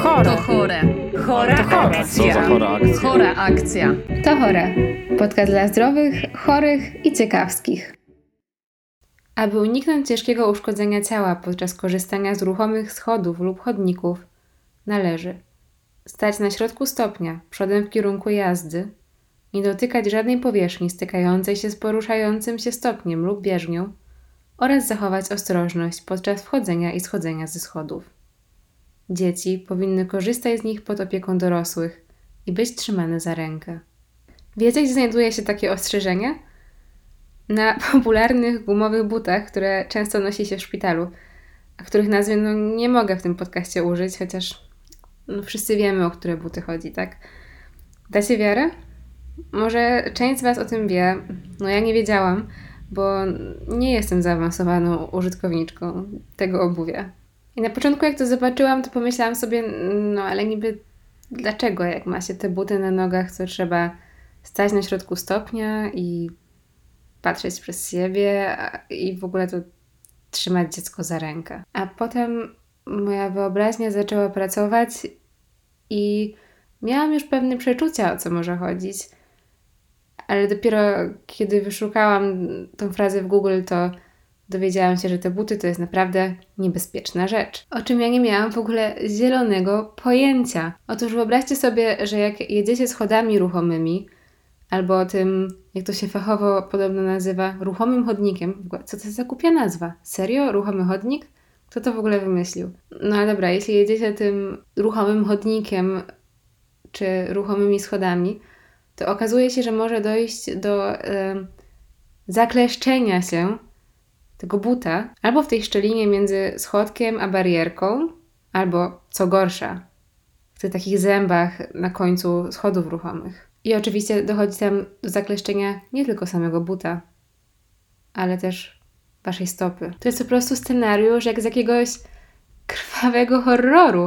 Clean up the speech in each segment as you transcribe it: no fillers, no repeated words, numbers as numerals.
chore. To chore. Chora akcja. Co za chora akcja? Chora akcja. To chore. Podcast dla zdrowych, chorych i ciekawskich. Aby uniknąć ciężkiego uszkodzenia ciała podczas korzystania z ruchomych schodów lub chodników, należy stać na środku stopnia, przodem w kierunku jazdy, nie dotykać żadnej powierzchni stykającej się z poruszającym się stopniem lub bieżnią oraz zachować ostrożność podczas wchodzenia i schodzenia ze schodów. Dzieci powinny korzystać z nich pod opieką dorosłych i być trzymane za rękę. Wiecie, gdzie znajduje się takie ostrzeżenie? Na popularnych gumowych butach, które często nosi się w szpitalu, a których nazwy nie mogę w tym podcaście użyć, chociaż wszyscy wiemy, o które buty chodzi, tak? Dacie wiarę? Może część z Was o tym wie, ja nie wiedziałam, bo nie jestem zaawansowaną użytkowniczką tego obuwia. I na początku jak to zobaczyłam, to pomyślałam sobie, ale niby dlaczego, jak ma się te buty na nogach, to trzeba stać na środku stopnia i patrzeć przez siebie i w ogóle to trzymać dziecko za rękę. A potem moja wyobraźnia zaczęła pracować i miałam już pewne przeczucia, o co może chodzić. Ale dopiero kiedy wyszukałam tą frazę w Google, to dowiedziałam się, że te buty to jest naprawdę niebezpieczna rzecz. O czym ja nie miałam w ogóle zielonego pojęcia. Otóż wyobraźcie sobie, że jak jedziecie schodami ruchomymi, albo tym, jak to się fachowo podobno nazywa, ruchomym chodnikiem. Co to jest za głupia nazwa? Serio? Ruchomy chodnik? Kto to w ogóle wymyślił? No ale dobra, jeśli jedziecie tym ruchomym chodnikiem, czy ruchomymi schodami, to okazuje się, że może dojść do zakleszczenia się tego buta albo w tej szczelinie między schodkiem a barierką, albo co gorsza, w tych takich zębach na końcu schodów ruchomych. I oczywiście dochodzi tam do zakleszczenia nie tylko samego buta, ale też waszej stopy. To jest po prostu scenariusz jak z jakiegoś krwawego horroru.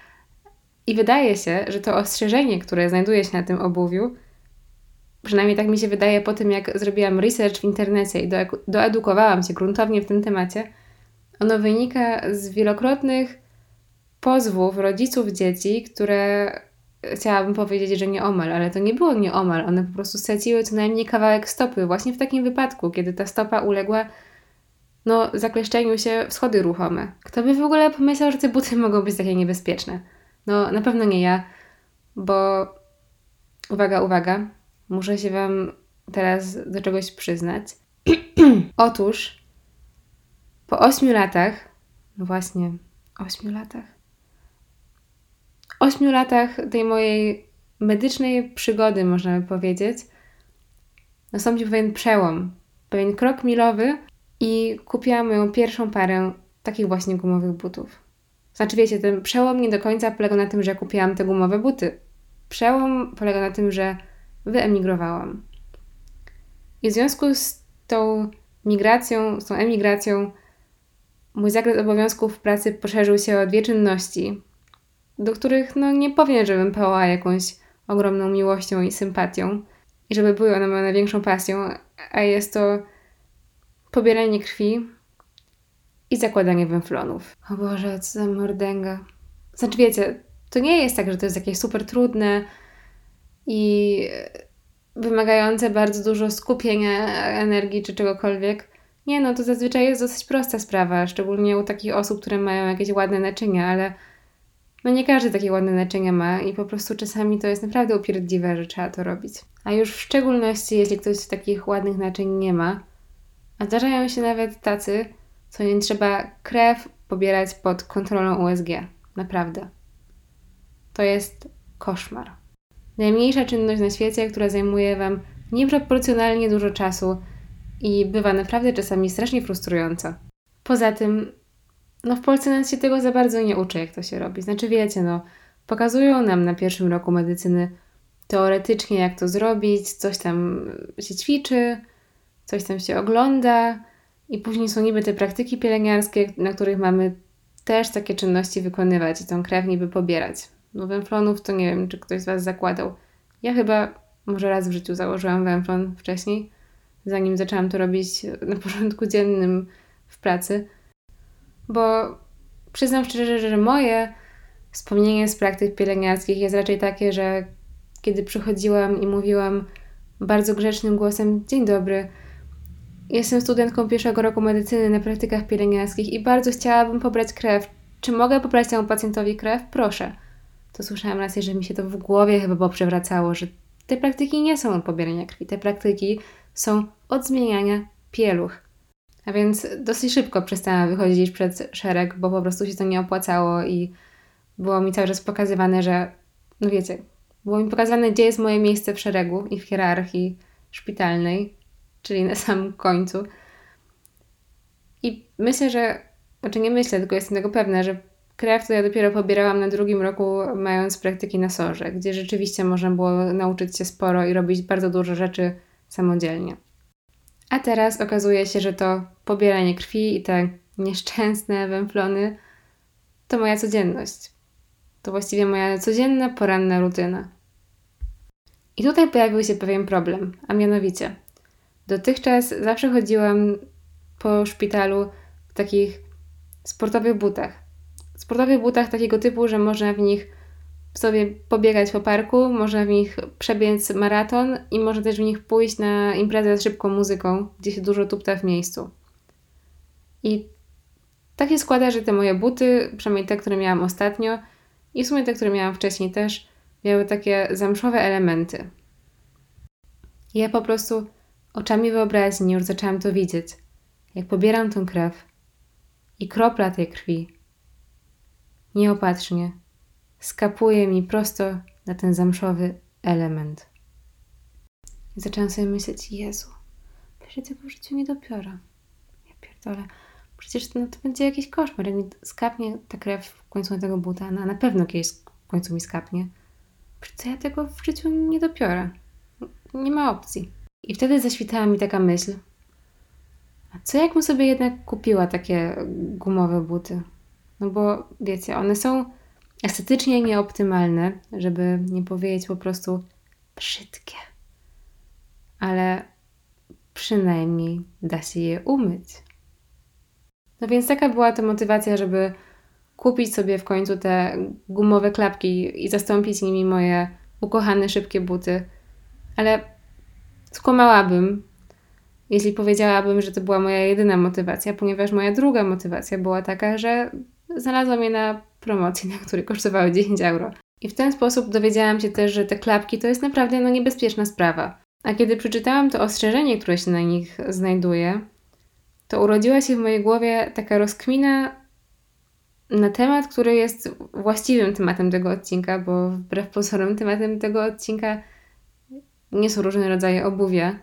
I wydaje się, że to ostrzeżenie, które znajduje się na tym obuwiu, przynajmniej tak mi się wydaje po tym, jak zrobiłam research w internecie i doedukowałam się gruntownie w tym temacie, ono wynika z wielokrotnych pozwów rodziców dzieci, które chciałabym powiedzieć, że nieomal, ale to nie było nieomal. One po prostu straciły co najmniej kawałek stopy właśnie w takim wypadku, kiedy ta stopa uległa zakleszczeniu się w schody ruchome. Kto by w ogóle pomyślał, że te buty mogą być takie niebezpieczne? Na pewno nie ja, bo uwaga, muszę się Wam teraz do czegoś przyznać. Otóż po 8 latach, 8 latach tej mojej medycznej przygody, można by powiedzieć, nastąpił pewien przełom, pewien krok milowy i kupiłam moją pierwszą parę takich właśnie gumowych butów. Znaczy wiecie, ten przełom nie do końca polegał na tym, że kupiłam te gumowe buty. Przełom polegał na tym, że wyemigrowałam. I w związku z tą migracją, z tą emigracją, mój zakres obowiązków w pracy poszerzył się o 2 czynności, do których nie powiem, żebym pałała jakąś ogromną miłością i sympatią i żeby były one moją największą pasją, a jest to pobieranie krwi i zakładanie węflonów. O Boże, co za mordęga. Znaczy wiecie, to nie jest tak, że to jest jakieś super trudne i wymagające bardzo dużo skupienia energii czy czegokolwiek. Nie, to zazwyczaj jest dosyć prosta sprawa, szczególnie u takich osób, które mają jakieś ładne naczynia, ale nie każdy takie ładne naczynia ma i po prostu czasami to jest naprawdę upierdliwe, że trzeba to robić. A już w szczególności, jeśli ktoś takich ładnych naczyń nie ma, a zdarzają się nawet tacy, co nie trzeba krew pobierać pod kontrolą USG. Naprawdę. To jest koszmar. Najmniejsza czynność na świecie, która zajmuje Wam nieproporcjonalnie dużo czasu i bywa naprawdę czasami strasznie frustrująca. Poza tym, w Polsce nas się tego za bardzo nie uczy, jak to się robi. Znaczy wiecie, pokazują nam na pierwszym roku medycyny teoretycznie, jak to zrobić, coś tam się ćwiczy, coś tam się ogląda i później są niby te praktyki pielęgniarskie, na których mamy też takie czynności wykonywać i tą krew niby pobierać. Węflonów to nie wiem, czy ktoś z Was zakładał. Ja chyba może raz w życiu założyłam węflon wcześniej, zanim zaczęłam to robić na porządku dziennym w pracy, bo przyznam szczerze, że moje wspomnienie z praktyk pielęgniarskich jest raczej takie, że kiedy przychodziłam i mówiłam bardzo grzecznym głosem: dzień dobry, jestem studentką pierwszego roku medycyny na praktykach pielęgniarskich i bardzo chciałabym pobrać krew. Czy mogę pobrać temu pacjentowi krew? Proszę. To słyszałam raz, że mi się to w głowie chyba poprzewracało, że te praktyki nie są od pobierania krwi. Te praktyki są od zmieniania pieluch. A więc dosyć szybko przestałam wychodzić przed szereg, bo po prostu się to nie opłacało i było mi cały czas pokazywane, że, no wiecie, było mi pokazane, gdzie jest moje miejsce w szeregu i w hierarchii szpitalnej, czyli na samym końcu. I myślę, nie myślę, tylko jestem tego pewna, że krew to ja dopiero pobierałam na drugim roku, mając praktyki na SOR-ze, gdzie rzeczywiście można było nauczyć się sporo i robić bardzo dużo rzeczy samodzielnie. A teraz okazuje się, że to pobieranie krwi i te nieszczęsne węflony to moja codzienność. To właściwie moja codzienna, poranna rutyna. I tutaj pojawił się pewien problem, a mianowicie dotychczas zawsze chodziłam po szpitalu w takich sportowych butach. Sportowych butach takiego typu, że można w nich sobie pobiegać po parku, można w nich przebiec maraton i można też w nich pójść na imprezę z szybką muzyką, gdzie się dużo tupta w miejscu. I tak się składa, że te moje buty, przynajmniej te, które miałam ostatnio i w sumie te, które miałam wcześniej też, miały takie zamszowe elementy. I ja po prostu oczami wyobraźni już zaczęłam to widzieć, jak pobieram tą krew i kropla tej krwi nieopatrznie skapuje mi prosto na ten zamszowy element. I zaczęłam sobie myśleć: Jezu, ja tego w życiu nie dopiorę. Ja pierdolę. Przecież to będzie jakiś koszmar, jak mi skapnie ta krew w końcu na tego buta. Na pewno kiedyś w końcu mi skapnie. Przecież ja tego w życiu nie dopiorę. Nie ma opcji. I wtedy zaświtała mi taka myśl: a co jakbym sobie jednak kupiła takie gumowe buty? No bo wiecie, one są estetycznie nieoptymalne, żeby nie powiedzieć po prostu brzydkie. Ale przynajmniej da się je umyć. No więc taka była to motywacja, żeby kupić sobie w końcu te gumowe klapki i zastąpić nimi moje ukochane szybkie buty. Ale skłamałabym, jeśli powiedziałabym, że to była moja jedyna motywacja, ponieważ moja druga motywacja była taka, że znalazłam je na promocji, na której kosztowały 10 euro. I w ten sposób dowiedziałam się też, że te klapki to jest naprawdę niebezpieczna sprawa. A kiedy przeczytałam to ostrzeżenie, które się na nich znajduje, to urodziła się w mojej głowie taka rozkmina na temat, który jest właściwym tematem tego odcinka, bo wbrew pozorom tematem tego odcinka nie są różne rodzaje obuwia,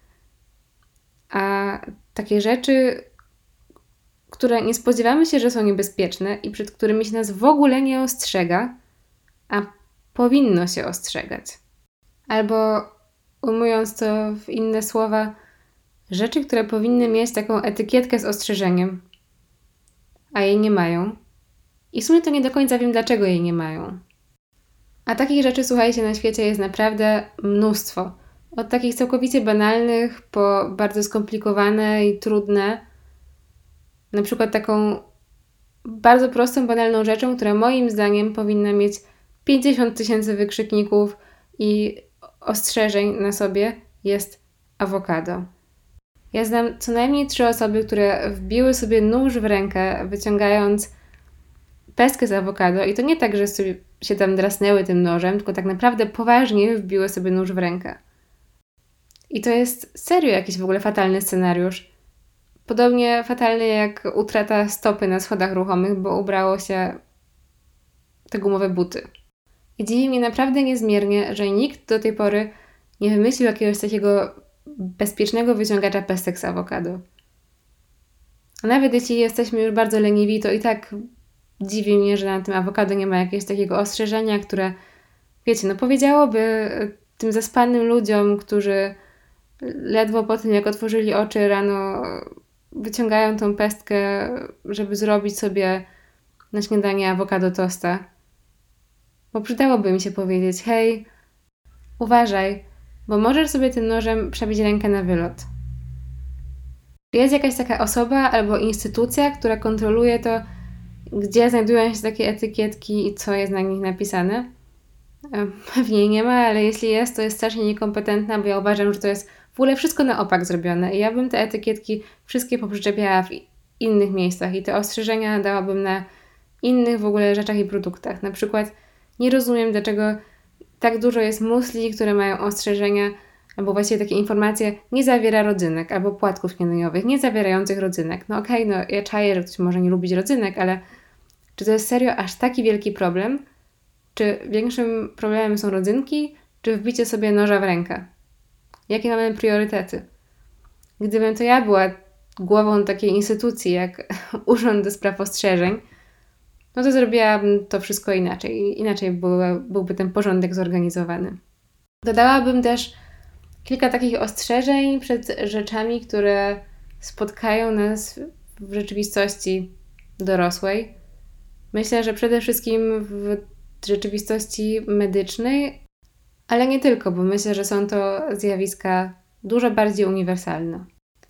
a takie rzeczy, które nie spodziewamy się, że są niebezpieczne i przed którymi się nas w ogóle nie ostrzega, a powinno się ostrzegać. Albo ujmując to w inne słowa, rzeczy, które powinny mieć taką etykietkę z ostrzeżeniem, a jej nie mają. I w sumie to nie do końca wiem, dlaczego jej nie mają. A takich rzeczy, słuchajcie, na świecie jest naprawdę mnóstwo. Od takich całkowicie banalnych po bardzo skomplikowane i trudne. Na przykład taką bardzo prostą, banalną rzeczą, która moim zdaniem powinna mieć 50 000 wykrzykników i ostrzeżeń na sobie, jest awokado. Ja znam co najmniej 3 osoby, które wbiły sobie nóż w rękę, wyciągając pestkę z awokado i to nie tak, że sobie się tam drasnęły tym nożem, tylko tak naprawdę poważnie wbiły sobie nóż w rękę. I to jest serio jakiś w ogóle fatalny scenariusz. Podobnie fatalny jak utrata stopy na schodach ruchomych, bo ubrało się te gumowe buty. I dziwi mnie naprawdę niezmiernie, że nikt do tej pory nie wymyślił jakiegoś takiego bezpiecznego wyciągacza pestek z awokado. A nawet jeśli jesteśmy już bardzo leniwi, to i tak dziwi mnie, że na tym awokado nie ma jakiegoś takiego ostrzeżenia, które, wiecie, powiedziałoby tym zaspanym ludziom, którzy ledwo po tym, jak otworzyli oczy rano, wyciągają tą pestkę, żeby zrobić sobie na śniadanie awokado tosta. Bo przydałoby mi się powiedzieć: hej, uważaj, bo możesz sobie tym nożem przebić rękę na wylot. Jest jakaś taka osoba albo instytucja, która kontroluje to, gdzie znajdują się takie etykietki i co jest na nich napisane. Pewnie nie ma, ale jeśli jest, to jest strasznie niekompetentna, bo ja uważam, że to jest w ogóle wszystko na opak zrobione i ja bym te etykietki wszystkie poprzyczepiała w innych miejscach i te ostrzeżenia dałabym na innych w ogóle rzeczach i produktach. Na przykład nie rozumiem, dlaczego tak dużo jest musli, które mają ostrzeżenia, albo właściwie takie informacje, nie zawiera rodzynek, albo płatków śniadaniowych, nie zawierających rodzynek. No okej, no ja czaję, że ktoś może nie lubić rodzynek, ale czy to jest serio aż taki wielki problem? Czy większym problemem są rodzynki, czy wbicie sobie noża w rękę? Jakie mamy priorytety? Gdybym to ja była głową takiej instytucji jak Urząd do Spraw Ostrzeżeń, no to zrobiłabym to wszystko inaczej. Inaczej byłby ten porządek zorganizowany. Dodałabym też kilka takich ostrzeżeń przed rzeczami, które spotkają nas w rzeczywistości dorosłej. Myślę, że przede wszystkim w rzeczywistości medycznej, ale nie tylko, bo myślę, że są to zjawiska dużo bardziej uniwersalne.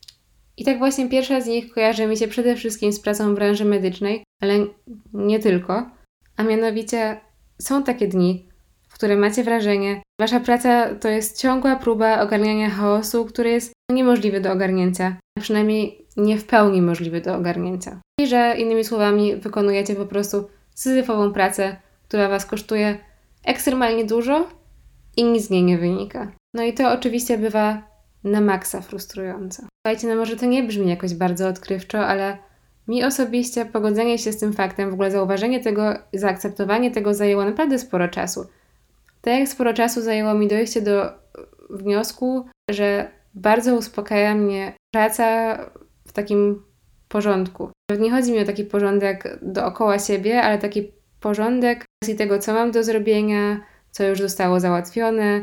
I tak właśnie pierwsza z nich kojarzy mi się przede wszystkim z pracą w branży medycznej, ale nie tylko, a mianowicie są takie dni, w które macie wrażenie, że wasza praca to jest ciągła próba ogarniania chaosu, który jest niemożliwy do ogarnięcia, a przynajmniej nie w pełni możliwy do ogarnięcia. I że innymi słowami wykonujecie po prostu syzyfową pracę, która was kosztuje ekstremalnie dużo i nic z niej nie wynika. No i to oczywiście bywa na maksa frustrujące. Słuchajcie, no może to nie brzmi jakoś bardzo odkrywczo, ale mi osobiście pogodzenie się z tym faktem, w ogóle zauważenie tego, zaakceptowanie tego zajęło naprawdę sporo czasu. Tak jak sporo czasu zajęło mi dojście do wniosku, że bardzo uspokaja mnie praca w takim porządku. Nie chodzi mi o taki porządek dookoła siebie, ale taki porządek z tego, co mam do zrobienia, co już zostało załatwione,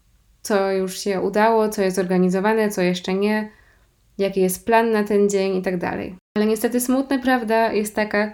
co już się udało, co jest zorganizowane, co jeszcze nie, jaki jest plan na ten dzień i tak dalej. Ale niestety smutna prawda jest taka,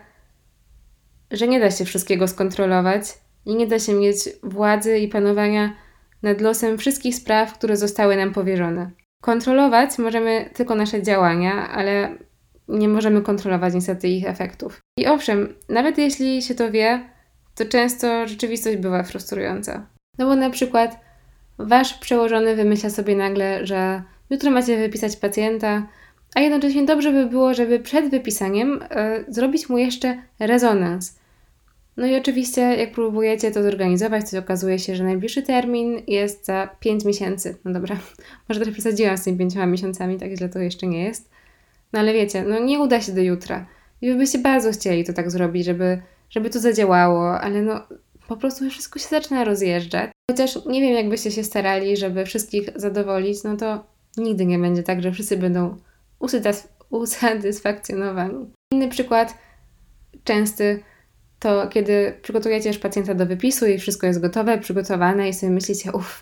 że nie da się wszystkiego skontrolować i nie da się mieć władzy i panowania nad losem wszystkich spraw, które zostały nam powierzone. Kontrolować możemy tylko nasze działania, ale nie możemy kontrolować niestety ich efektów. I owszem, nawet jeśli się to wie, to często rzeczywistość bywa frustrująca. No bo na przykład wasz przełożony wymyśla sobie nagle, że jutro macie wypisać pacjenta, a jednocześnie dobrze by było, żeby przed wypisaniem zrobić mu jeszcze rezonans. No i oczywiście, jak próbujecie to zorganizować, to okazuje się, że najbliższy termin jest za 5 miesięcy. No dobra, może trochę przesadziłam z tymi 5 miesiącami, tak źle to jeszcze nie jest. No ale wiecie, no nie uda się do jutra. I wy byście bardzo chcieli to tak zrobić, żeby to zadziałało, ale no po prostu wszystko się zaczyna rozjeżdżać. Chociaż nie wiem, jakbyście się starali, żeby wszystkich zadowolić, no to nigdy nie będzie tak, że wszyscy będą usatysfakcjonowani. Inny przykład częsty to kiedy przygotujecie już pacjenta do wypisu i wszystko jest gotowe, przygotowane i sobie myślicie, w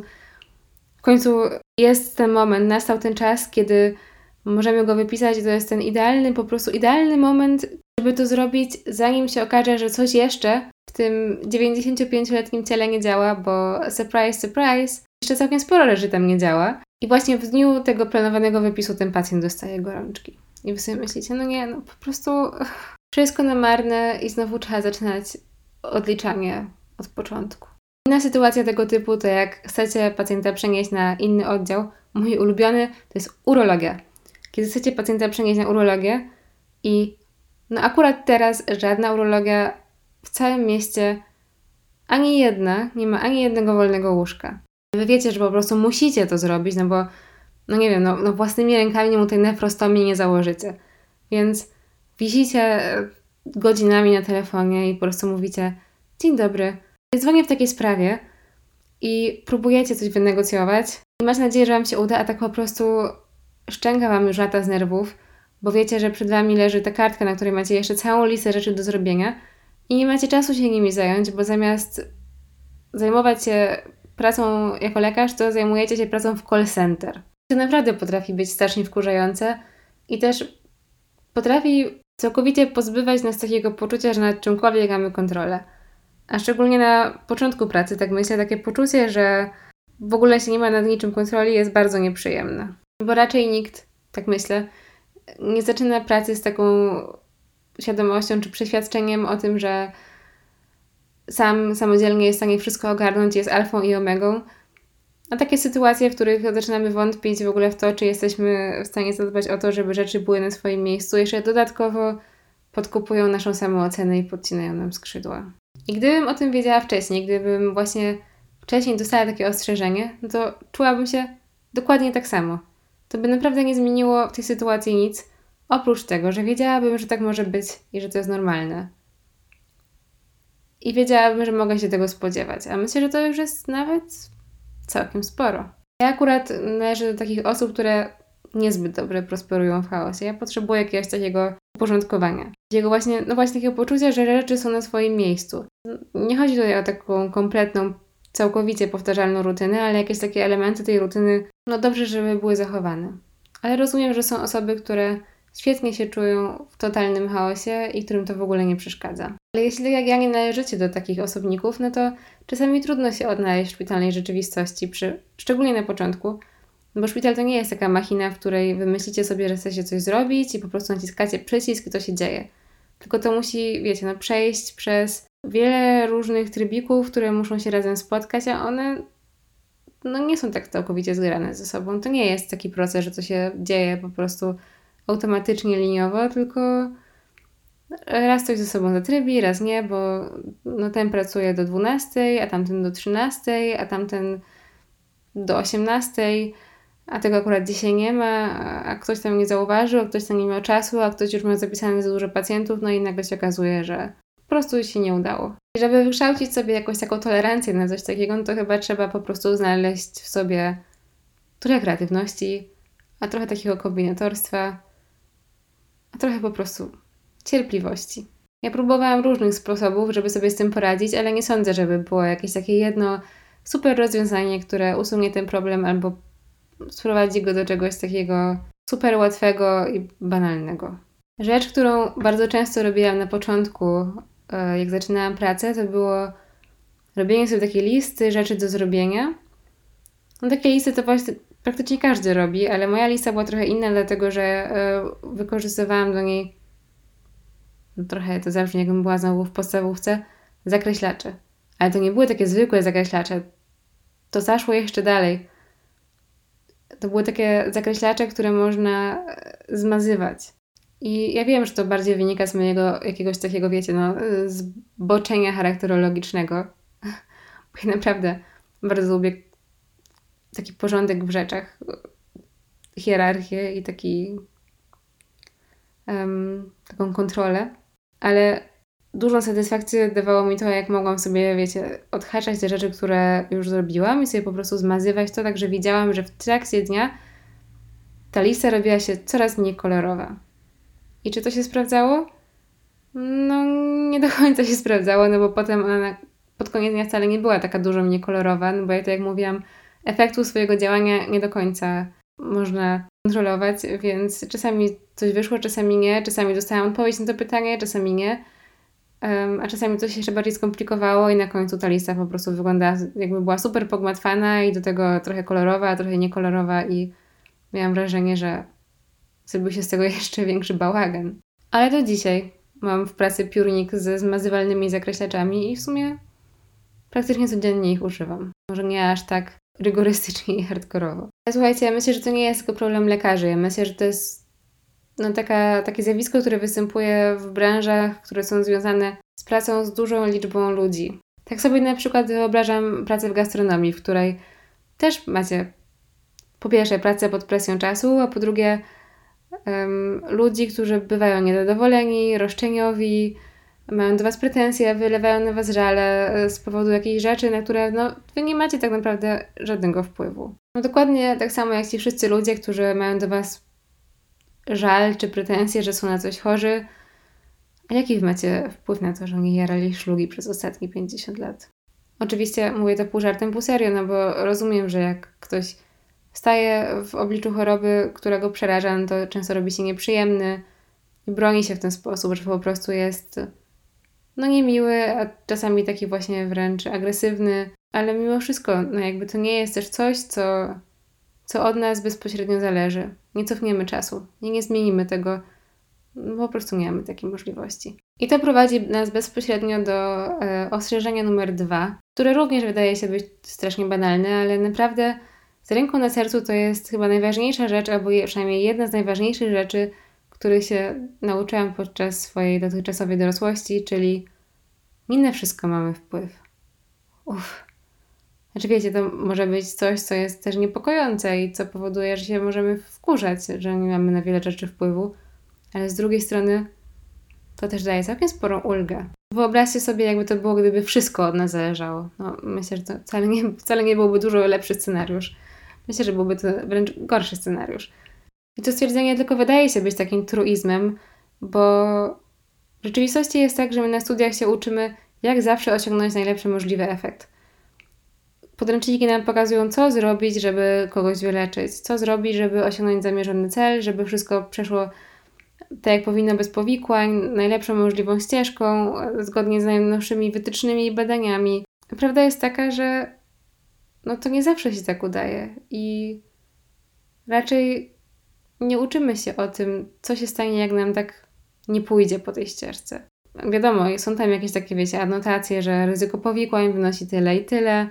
końcu jest ten moment, nastał ten czas, kiedy możemy go wypisać i to jest ten idealny, po prostu idealny moment, żeby to zrobić, zanim się okaże, że coś jeszcze w tym 95-letnim ciele nie działa, bo surprise, surprise, jeszcze całkiem sporo rzeczy tam nie działa. I właśnie w dniu tego planowanego wypisu ten pacjent dostaje gorączki. I wy sobie myślicie, no nie, no po prostu wszystko na marne i znowu trzeba zaczynać odliczanie od początku. Inna sytuacja tego typu to jak chcecie pacjenta przenieść na inny oddział. Mój ulubiony to jest urologia. Kiedy chcecie pacjenta przenieść na urologię i no akurat teraz żadna urologia w całym mieście, ani jedna, nie ma ani jednego wolnego łóżka. Wy wiecie, że po prostu musicie to zrobić, no bo, no nie wiem, no własnymi rękami mu tej nefrostomii nie założycie. Więc wisicie godzinami na telefonie i po prostu mówicie: dzień dobry, dzwonię w takiej sprawie i próbujecie coś wynegocjować i macie nadzieję, że wam się uda, a tak po prostu szczęka wam już lata z nerwów, bo wiecie, że przed wami leży ta kartka, na której macie jeszcze całą listę rzeczy do zrobienia i nie macie czasu się nimi zająć, bo zamiast zajmować się pracą jako lekarz, to zajmujecie się pracą w call center. To naprawdę potrafi być strasznie wkurzające i też potrafi całkowicie pozbywać nas takiego poczucia, że nad czymkolwiek mamy kontrolę. A szczególnie na początku pracy, tak myślę, takie poczucie, że w ogóle się nie ma nad niczym kontroli, jest bardzo nieprzyjemne. Bo raczej nikt, tak myślę, nie zaczyna pracy z taką świadomością czy przeświadczeniem o tym, że samodzielnie jest w stanie wszystko ogarnąć, jest alfą i omegą. A takie sytuacje, w których zaczynamy wątpić w ogóle w to, czy jesteśmy w stanie zadbać o to, żeby rzeczy były na swoim miejscu, jeszcze dodatkowo podkupują naszą samoocenę i podcinają nam skrzydła. I gdybym o tym wiedziała wcześniej, gdybym właśnie wcześniej dostała takie ostrzeżenie, no to czułabym się dokładnie tak samo. To by naprawdę nie zmieniło w tej sytuacji nic, oprócz tego, że wiedziałabym, że tak może być i że to jest normalne. I wiedziałabym, że mogę się tego spodziewać. A myślę, że to już jest nawet całkiem sporo. Ja akurat należę do takich osób, które niezbyt dobrze prosperują w chaosie. Ja potrzebuję jakiegoś takiego uporządkowania. Właśnie takiego poczucia, że rzeczy są na swoim miejscu. Nie chodzi tutaj o taką kompletną, całkowicie powtarzalną rutynę, ale jakieś takie elementy tej rutyny, dobrze, żeby były zachowane. Ale rozumiem, że są osoby, które świetnie się czują w totalnym chaosie i którym to w ogóle nie przeszkadza. Ale jeśli jak ja nie należycie do takich osobników, no to czasami trudno się odnaleźć w szpitalnej rzeczywistości, szczególnie na początku, bo szpital to nie jest taka machina, w której wymyślicie sobie, że chcecie coś zrobić i po prostu naciskacie przycisk i to się dzieje. Tylko to musi, przejść przez wiele różnych trybików, które muszą się razem spotkać, a one nie są tak całkowicie zgrane ze sobą. To nie jest taki proces, że to się dzieje po prostu automatycznie, liniowo, tylko raz coś ze sobą zatrybi, raz nie, bo ten pracuje do 12, a tamten do 13, a tamten do 18, a tego akurat dzisiaj nie ma, a ktoś tam nie zauważył, a ktoś tam nie miał czasu, a ktoś już miał zapisane za dużo pacjentów, i nagle się okazuje, że po prostu się nie udało. I żeby wykształcić sobie jakąś taką tolerancję na coś takiego, to chyba trzeba po prostu znaleźć w sobie trochę kreatywności, a trochę takiego kombinatorstwa, a trochę po prostu cierpliwości. Ja próbowałam różnych sposobów, żeby sobie z tym poradzić, ale nie sądzę, żeby było jakieś takie jedno super rozwiązanie, które usunie ten problem albo sprowadzi go do czegoś takiego super łatwego i banalnego. Rzecz, którą bardzo często robiłam na początku, jak zaczynałam pracę, to było robienie sobie takiej listy rzeczy do zrobienia. Takie listy to właśnie praktycznie każdy robi, ale moja lista była trochę inna, dlatego że wykorzystywałam do niej, trochę to zabrzmi, jakbym była znowu w podstawówce, zakreślacze. Ale to nie były takie zwykłe zakreślacze. To zaszło jeszcze dalej. To były takie zakreślacze, które można zmazywać. I ja wiem, że to bardziej wynika z mojego jakiegoś takiego, zboczenia charakterologicznego. Bo ja naprawdę bardzo lubię taki porządek w rzeczach, hierarchię i taką kontrolę. Ale dużą satysfakcję dawało mi to, jak mogłam sobie, odhaczać te rzeczy, które już zrobiłam i sobie po prostu zmazywać to, tak że widziałam, że w trakcie dnia ta lista robiła się coraz mniej kolorowa. I czy to się sprawdzało? Nie do końca się sprawdzało, bo potem ona pod koniec dnia wcale nie była taka dużo mniej kolorowa, bo jak mówiłam, efektu swojego działania nie do końca można kontrolować, więc czasami coś wyszło, czasami nie, czasami dostałam odpowiedź na to pytanie, czasami nie, a czasami coś się jeszcze bardziej skomplikowało i na końcu ta lista po prostu wyglądała, jakby była super pogmatwana i do tego trochę kolorowa, a trochę niekolorowa i miałam wrażenie, że zrobił się z tego jeszcze większy bałagan. Ale do dzisiaj mam w pracy piórnik ze zmazywalnymi zakreślaczami i w sumie praktycznie codziennie ich używam. Może nie aż tak rygorystycznie i hardkorowo. Ale słuchajcie, ja myślę, że to nie jest tylko problem lekarzy. Ja myślę, że to jest takie zjawisko, które występuje w branżach, które są związane z pracą z dużą liczbą ludzi. Tak sobie na przykład wyobrażam pracę w gastronomii, w której też macie po pierwsze pracę pod presją czasu, a po drugie ludzi, którzy bywają niezadowoleni, roszczeniowi, mają do Was pretensje, wylewają na Was żale z powodu jakichś rzeczy, na które Wy nie macie tak naprawdę żadnego wpływu. Dokładnie tak samo jak ci wszyscy ludzie, którzy mają do Was żal czy pretensje, że są na coś chorzy. A jaki Wy macie wpływ na to, że nie jarali szlugi przez ostatnie 50 lat? Oczywiście mówię to pół żartem, pół serio, bo rozumiem, że jak ktoś staje w obliczu choroby, która go przeraża, to często robi się nieprzyjemny i broni się w ten sposób, że po prostu jest niemiły, a czasami taki właśnie wręcz agresywny, ale mimo wszystko, jakby to nie jest też coś, co od nas bezpośrednio zależy. Nie cofniemy czasu, nie zmienimy tego, Po prostu nie mamy takiej możliwości. I to prowadzi nas bezpośrednio do ostrzeżenia numer 2, które również wydaje się być strasznie banalne, ale naprawdę z ręką na sercu to jest chyba najważniejsza rzecz, albo przynajmniej jedna z najważniejszych rzeczy, których się nauczyłam podczas swojej dotychczasowej dorosłości, czyli nie na wszystko mamy wpływ. Znaczy wiecie, to może być coś, co jest też niepokojące i co powoduje, że się możemy wkurzać, że nie mamy na wiele rzeczy wpływu, ale z drugiej strony to też daje całkiem sporą ulgę. Wyobraźcie sobie, jakby to było, gdyby wszystko od nas zależało. No, myślę, że to wcale nie byłby dużo lepszy scenariusz. Myślę, że byłby to wręcz gorszy scenariusz. I to stwierdzenie tylko wydaje się być takim truizmem, bo w rzeczywistości jest tak, że my na studiach się uczymy, jak zawsze osiągnąć najlepszy możliwy efekt. Podręczniki nam pokazują, co zrobić, żeby kogoś wyleczyć, co zrobić, żeby osiągnąć zamierzony cel, żeby wszystko przeszło tak jak powinno, bez powikłań, najlepszą możliwą ścieżką, zgodnie z najnowszymi wytycznymi i badaniami. Prawda jest taka, że to nie zawsze się tak udaje i raczej nie uczymy się o tym, co się stanie, jak nam tak nie pójdzie po tej ścieżce. Wiadomo, są tam jakieś takie, wiecie, anotacje, że ryzyko powikłań wynosi tyle i tyle.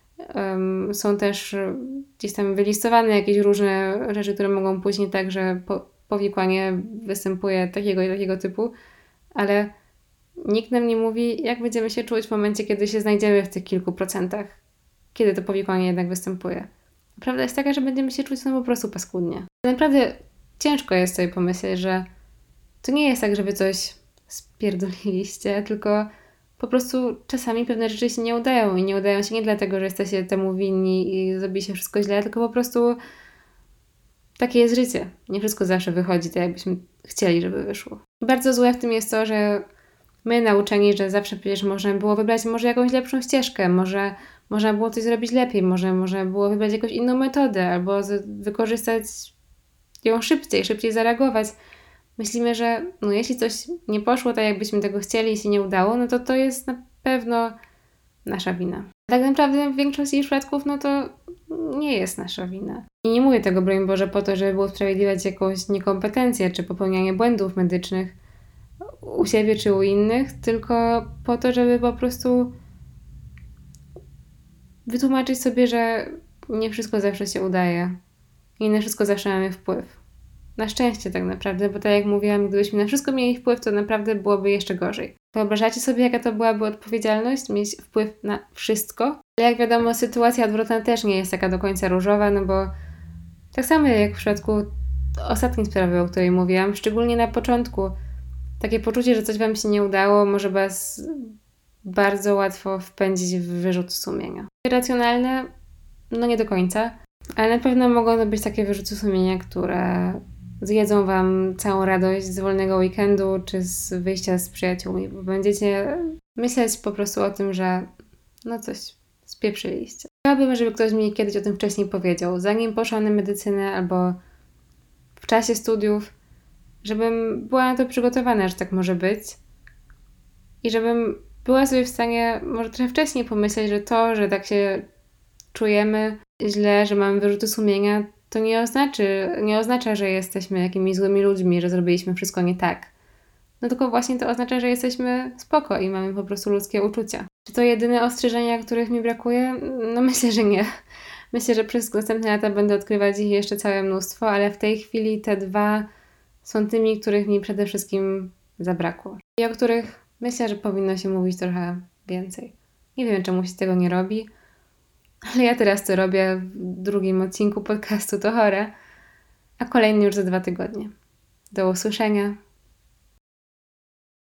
Są też gdzieś tam wylistowane jakieś różne rzeczy, które mogą pójść nie tak, że powikłanie występuje takiego i takiego typu, ale nikt nam nie mówi, jak będziemy się czuć w momencie, kiedy się znajdziemy w tych kilku procentach, kiedy to powikłanie jednak występuje. Prawda jest taka, że będziemy się czuć po prostu paskudnie. Naprawdę ciężko jest sobie pomyśleć, że to nie jest tak, że wy coś spierdoliliście, tylko po prostu czasami pewne rzeczy się nie udają i nie udają się nie dlatego, że jesteście temu winni i zrobi się wszystko źle, tylko po prostu takie jest życie. Nie wszystko zawsze wychodzi tak, jakbyśmy chcieli, żeby wyszło. Bardzo złe w tym jest to, że my nauczeni, że zawsze przecież można było wybrać może jakąś lepszą ścieżkę, może można było coś zrobić lepiej, może można było wybrać jakąś inną metodę albo wykorzystać ją szybciej zareagować. Myślimy, że jeśli coś nie poszło tak, jakbyśmy tego chcieli i się nie udało, to jest na pewno nasza wina. Tak naprawdę w większości przypadków to nie jest nasza wina. I nie mówię tego, broń Boże, po to, żeby usprawiedliwiać jakąś niekompetencję czy popełnianie błędów medycznych u siebie czy u innych, tylko po to, żeby po prostu wytłumaczyć sobie, że nie wszystko zawsze się udaje i na wszystko zawsze mamy wpływ. Na szczęście tak naprawdę, bo tak jak mówiłam, gdybyśmy na wszystko mieli wpływ, to naprawdę byłoby jeszcze gorzej. Wyobrażacie sobie, jaka to byłaby odpowiedzialność, mieć wpływ na wszystko? Ale jak wiadomo, sytuacja odwrotna też nie jest taka do końca różowa, bo tak samo jak w przypadku ostatniej sprawy, o której mówiłam, szczególnie na początku, takie poczucie, że coś wam się nie udało, może was bardzo łatwo wpędzić w wyrzut sumienia. Racjonalne? Nie do końca, ale na pewno mogą to być takie wyrzuty sumienia, które zjedzą wam całą radość z wolnego weekendu czy z wyjścia z przyjaciółmi, bo będziecie myśleć po prostu o tym, że coś spieprzyliście. Chciałabym, żeby ktoś mi kiedyś o tym wcześniej powiedział, zanim poszłam na medycynę albo w czasie studiów, żebym była na to przygotowana, że tak może być i żebym była sobie w stanie może trochę wcześniej pomyśleć, że to, że tak się czujemy źle, że mamy wyrzuty sumienia, to nie oznacza, że jesteśmy jakimiś złymi ludźmi, że zrobiliśmy wszystko nie tak. Tylko właśnie to oznacza, że jesteśmy spoko i mamy po prostu ludzkie uczucia. Czy to jedyne ostrzeżenia, których mi brakuje? Myślę, że nie. Myślę, że przez następne lata będę odkrywać ich jeszcze całe mnóstwo, ale w tej chwili te 2 są tymi, których mi przede wszystkim zabrakło. I o których myślę, że powinno się mówić trochę więcej. Nie wiem, czemu się tego nie robi, ale ja teraz to robię w drugim odcinku podcastu To Chore, a kolejny już za 2 tygodnie. Do usłyszenia.